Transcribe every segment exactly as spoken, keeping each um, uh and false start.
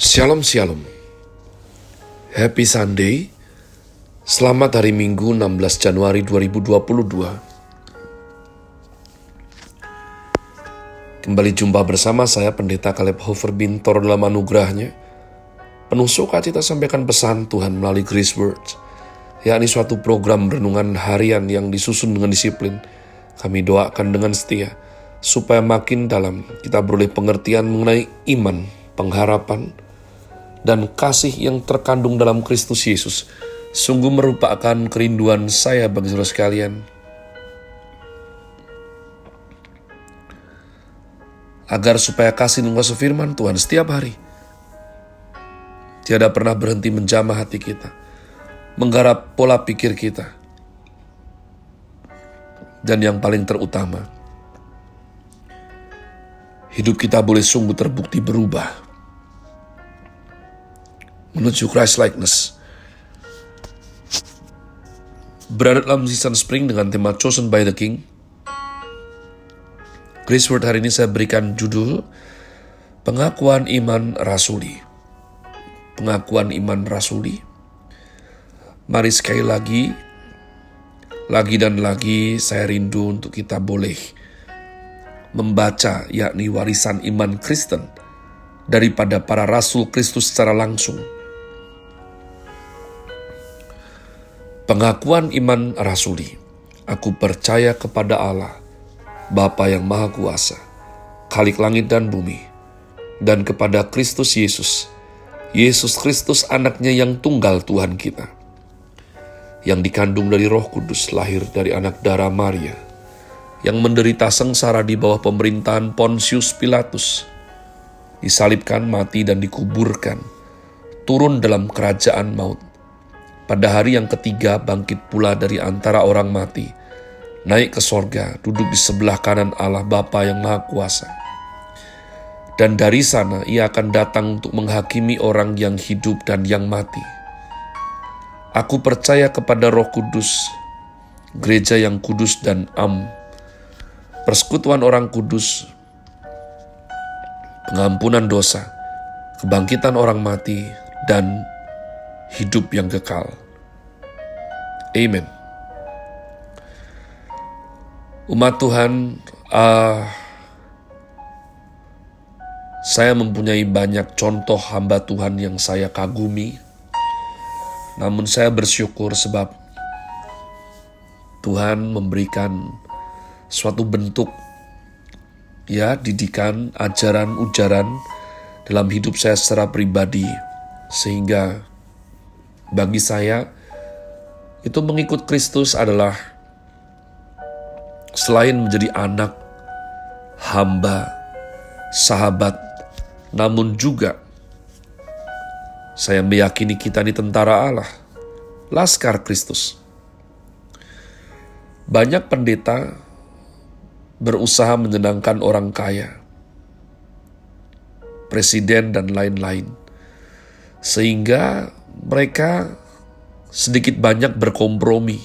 Shalom Shalom. Happy Sunday. Selamat hari Minggu enam belas Januari dua ribu dua puluh dua. Kembali jumpa bersama saya Pendeta Caleb Hofer Bintor dalam anugerahnya. Penuh sukacita sampaikan pesan Tuhan melalui Grace Words, yakni suatu program renungan harian yang disusun dengan disiplin. Kami doakan dengan setia supaya makin dalam kita beroleh pengertian mengenai iman, pengharapan, dan kasih yang terkandung dalam Kristus Yesus. Sungguh merupakan kerinduan saya bagi saudara sekalian, agar supaya kasih dan kuasa firman Tuhan setiap hari tiada pernah berhenti menjamah hati kita, menggarap pola pikir kita, dan yang paling terutama, hidup kita boleh sungguh terbukti berubah menuju Christ-likeness. Berada dalam season spring dengan tema Chosen by the King. Grace Word hari ini saya berikan judul Pengakuan Iman Rasuli. Pengakuan Iman Rasuli. Mari sekali lagi, lagi dan lagi saya rindu untuk kita boleh membaca yakni warisan iman Kristen daripada para rasul Kristus secara langsung. Pengakuan iman rasuli. Aku percaya kepada Allah, Bapa yang Maha Kuasa, Khalik langit dan bumi, dan kepada Kristus Yesus, Yesus Kristus anaknya yang tunggal Tuhan kita, yang dikandung dari Roh Kudus, lahir dari anak darah Maria, yang menderita sengsara di bawah pemerintahan Pontius Pilatus, disalibkan, mati, dan dikuburkan, turun dalam kerajaan maut. Pada hari yang ketiga bangkit pula dari antara orang mati, naik ke sorga, duduk di sebelah kanan Allah Bapa yang Maha Kuasa. Dan dari sana ia akan datang untuk menghakimi orang yang hidup dan yang mati. Aku percaya kepada Roh Kudus, gereja yang kudus dan am, persekutuan orang kudus, pengampunan dosa, kebangkitan orang mati, dan hidup yang kekal. Amen. Umat Tuhan, uh, saya mempunyai banyak contoh hamba Tuhan yang saya kagumi. Namun saya bersyukur sebab Tuhan memberikan suatu bentuk ya didikan, ajaran, ujaran dalam hidup saya secara pribadi, sehingga bagi saya itu mengikut Kristus adalah selain menjadi anak, hamba, sahabat, namun juga saya meyakini kita ini tentara Allah, Laskar Kristus. Banyak pendeta berusaha menyenangkan orang kaya, presiden, dan lain-lain, sehingga mereka sedikit banyak berkompromi.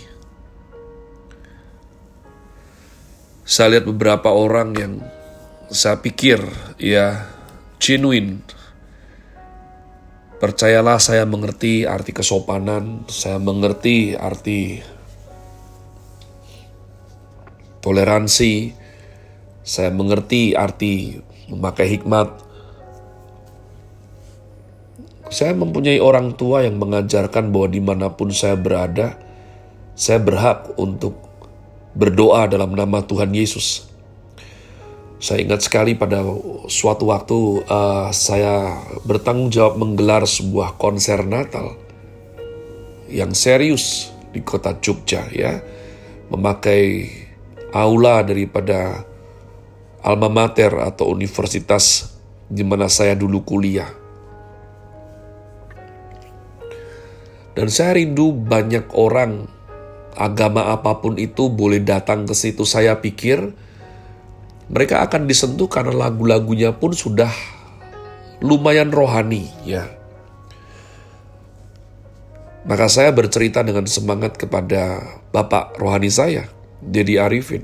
Saya lihat beberapa orang yang saya pikir ya genuine. Percayalah, saya mengerti arti kesopanan, saya mengerti arti toleransi, saya mengerti arti memakai hikmat. Saya mempunyai orang tua yang mengajarkan bahwa dimanapun saya berada, saya berhak untuk berdoa dalam nama Tuhan Yesus. Saya ingat sekali pada suatu waktu uh, saya bertanggung jawab menggelar sebuah konser Natal yang serius di kota Jogja, ya, memakai aula daripada alma mater atau universitas di mana saya dulu kuliah. Dan saya rindu banyak orang, agama apapun itu, boleh datang ke situ. Saya pikir mereka akan disentuh karena lagu-lagunya pun sudah lumayan rohani, ya. Maka saya bercerita dengan semangat kepada bapak rohani saya, Dedi Arifin.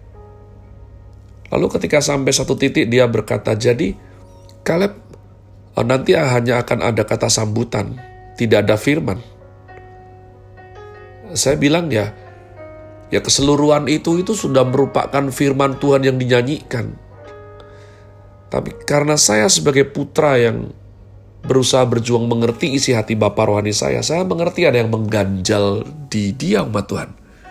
Lalu ketika sampai satu titik dia berkata, "Jadi, Caleb, oh, nanti hanya akan ada kata sambutan, tidak ada firman. Saya bilang ya, ya keseluruhan itu itu sudah merupakan firman Tuhan yang dinyanyikan. Tapi karena saya sebagai putra yang berusaha berjuang mengerti isi hati Bapa rohani saya, saya mengerti ada yang mengganjal di dia umat Tuhan.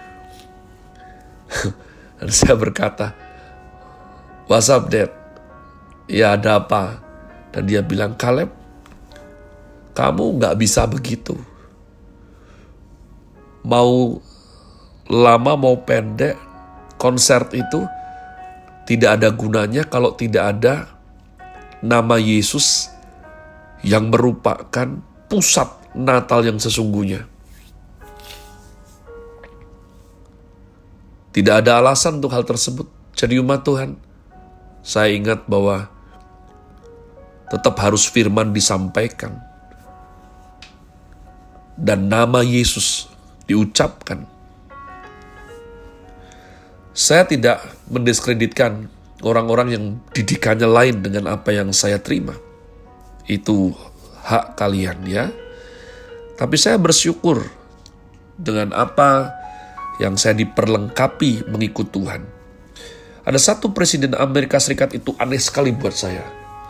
Dan saya berkata, "What's up, Dad? Ya ada apa?" Dan dia bilang, "Caleb, kamu gak bisa begitu. Mau lama mau pendek, konser itu tidak ada gunanya kalau tidak ada nama Yesus yang merupakan pusat Natal yang sesungguhnya. Tidak ada alasan untuk hal tersebut." Jadi umat Tuhan, saya ingat bahwa tetap harus firman disampaikan dan nama Yesus diucapkan. Saya tidak mendiskreditkan orang-orang yang didikannya lain dengan apa yang saya terima. Itu hak kalian ya. Tapi saya bersyukur dengan apa yang saya diperlengkapi mengikut Tuhan. Ada satu presiden Amerika Serikat itu aneh sekali buat saya.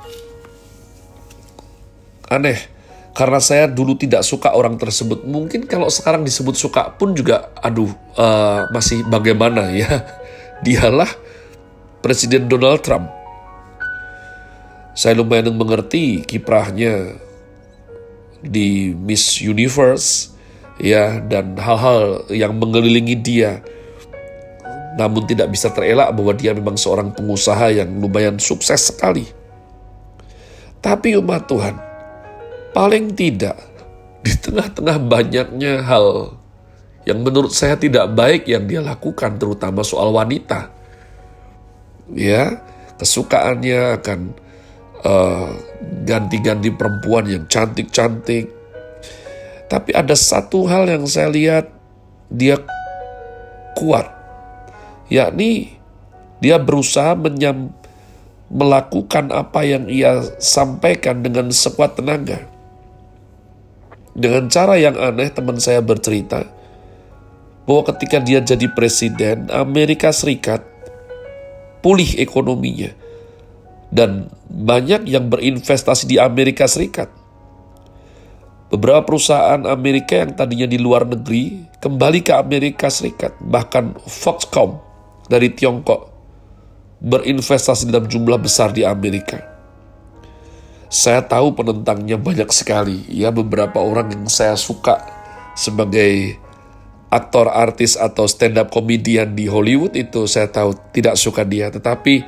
Aneh, karena saya dulu tidak suka orang tersebut. Mungkin kalau sekarang disebut suka pun juga, aduh, uh, masih bagaimana ya. Dialah Presiden Donald Trump. Saya lumayan mengerti kiprahnya di Miss Universe, ya, dan hal-hal yang mengelilingi dia. Namun tidak bisa terelak bahwa dia memang seorang pengusaha yang lumayan sukses sekali. Tapi umat Tuhan, paling tidak di tengah-tengah banyaknya hal yang menurut saya tidak baik yang dia lakukan, terutama soal wanita, ya, kesukaannya akan uh, ganti-ganti perempuan yang cantik-cantik. Tapi ada satu hal yang saya lihat dia kuat, yakni dia berusaha menyam, melakukan apa yang ia sampaikan dengan sekuat tenaga. Dengan cara yang aneh, teman saya bercerita bahwa ketika dia jadi presiden, Amerika Serikat pulih ekonominya. Dan banyak yang berinvestasi di Amerika Serikat. Beberapa perusahaan Amerika yang tadinya di luar negeri kembali ke Amerika Serikat. Bahkan Foxconn dari Tiongkok berinvestasi dalam jumlah besar di Amerika. Saya tahu penentangnya banyak sekali. Ya, beberapa orang yang saya suka sebagai aktor, artis, atau stand-up komedian di Hollywood itu saya tahu tidak suka dia. Tetapi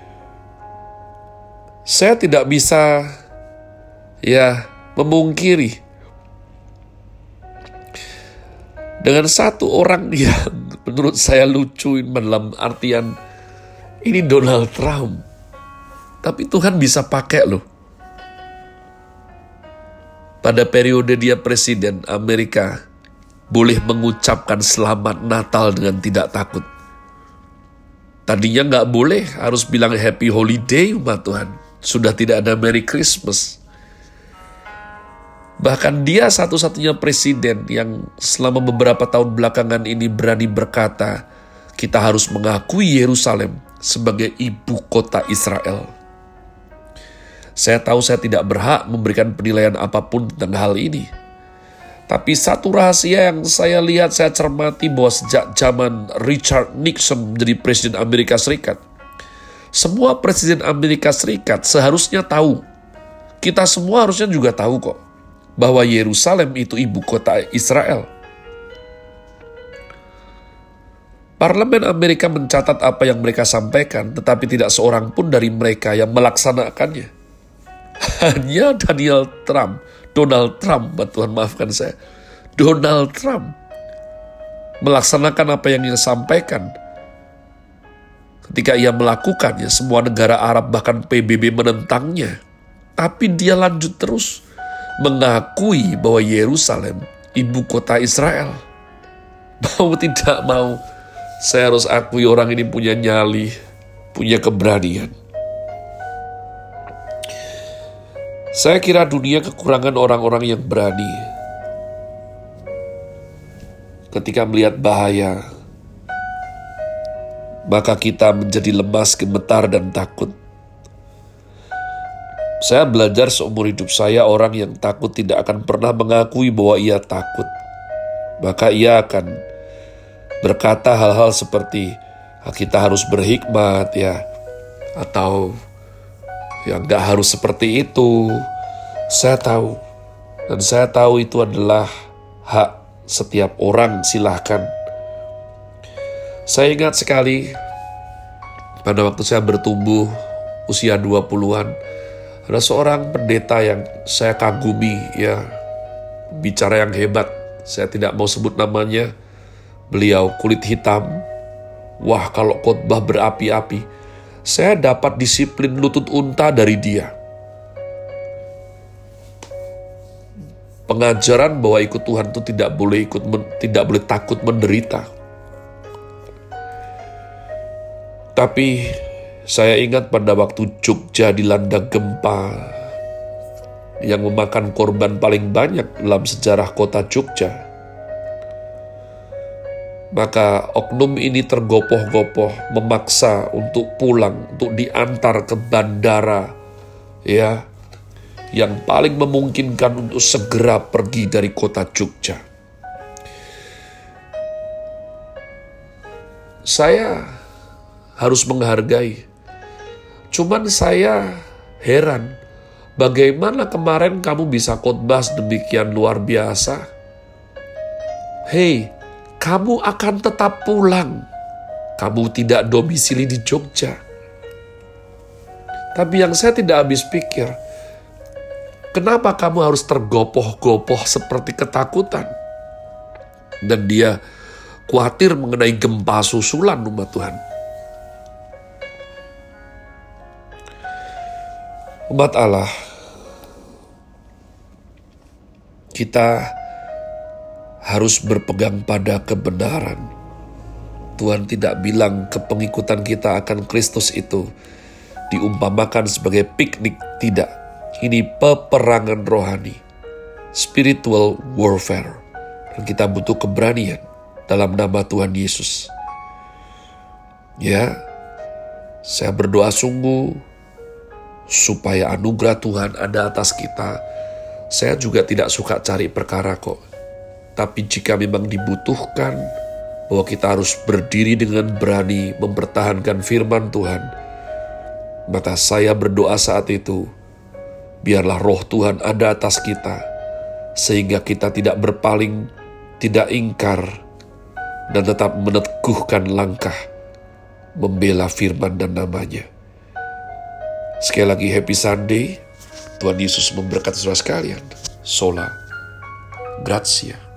saya tidak bisa ya memungkiri dengan satu orang yang menurut saya lucu dalam artian ini Donald Trump. Tapi Tuhan bisa pakai loh. Pada periode dia presiden, Amerika boleh mengucapkan selamat Natal dengan tidak takut. Tadinya nggak boleh, harus bilang Happy Holiday umat Tuhan. Sudah tidak ada Merry Christmas. Bahkan dia satu-satunya presiden yang selama beberapa tahun belakangan ini berani berkata, kita harus mengakui Yerusalem sebagai ibu kota Israel. Saya tahu saya tidak berhak memberikan penilaian apapun tentang hal ini. Tapi satu rahasia yang saya lihat, saya cermati bahwa sejak zaman Richard Nixon menjadi presiden Amerika Serikat, semua presiden Amerika Serikat seharusnya tahu, kita semua harusnya juga tahu kok, bahwa Yerusalem itu ibu kota Israel. Parlemen Amerika mencatat apa yang mereka sampaikan, tetapi tidak seorang pun dari mereka yang melaksanakannya. Hanya Daniel Trump, Donald Trump, Tuhan maafkan saya, Donald Trump melaksanakan apa yang ia sampaikan. Ketika ia melakukannya, semua negara Arab bahkan P B B menentangnya. Tapi dia lanjut terus mengakui bahwa Yerusalem ibu kota Israel. Mau tidak mau, saya harus akui orang ini punya nyali, punya keberanian. Saya kira dunia kekurangan orang-orang yang berani. Ketika melihat bahaya, maka kita menjadi lemas, gemetar, dan takut. Saya belajar seumur hidup saya, orang yang takut tidak akan pernah mengakui bahwa ia takut. Maka ia akan berkata hal-hal seperti, kita harus berhikmat ya, atau ya gak harus seperti itu. Saya tahu, dan saya tahu itu adalah hak setiap orang, silahkan. Saya ingat sekali pada waktu saya bertumbuh usia dua puluhan, ada seorang pendeta yang saya kagumi ya, bicara yang hebat. Saya tidak mau sebut namanya. Beliau kulit hitam. Wah, kalau khotbah berapi-api. Saya dapat disiplin lutut unta dari dia. Pengajaran bahwa ikut Tuhan itu tidak boleh ikut tidak boleh takut menderita. Tapi saya ingat pada waktu Jogja dilanda gempa yang memakan korban paling banyak dalam sejarah kota Jogja. Maka oknum ini tergopoh-gopoh memaksa untuk pulang, untuk diantar ke bandara, ya, yang paling memungkinkan untuk segera pergi dari kota Jogja. Saya harus menghargai. Cuman saya heran, bagaimana kemarin kamu bisa khotbah demikian luar biasa? Hei, kamu akan tetap pulang. Kamu tidak domisili di Jogja. Tapi yang saya tidak habis pikir, kenapa kamu harus tergopoh-gopoh seperti ketakutan? Dan dia khawatir mengenai gempa susulan umat Tuhan. Umat Allah, kita harus berpegang pada kebenaran. Tuhan tidak bilang kepengikutan kita akan Kristus itu diumpamakan sebagai piknik, tidak. Ini peperangan rohani, spiritual warfare. Dan kita butuh keberanian dalam nama Tuhan Yesus. Ya, saya berdoa sungguh supaya anugerah Tuhan ada atas kita. Saya juga tidak suka cari perkara kok. Tapi jika memang dibutuhkan bahwa kita harus berdiri dengan berani mempertahankan firman Tuhan, maka saya berdoa saat itu, biarlah roh Tuhan ada atas kita, sehingga kita tidak berpaling, tidak ingkar, dan tetap meneguhkan langkah membela firman dan namanya. Sekali lagi happy Sunday. Tuhan Yesus memberkati saudara sekalian. Sola Gratia.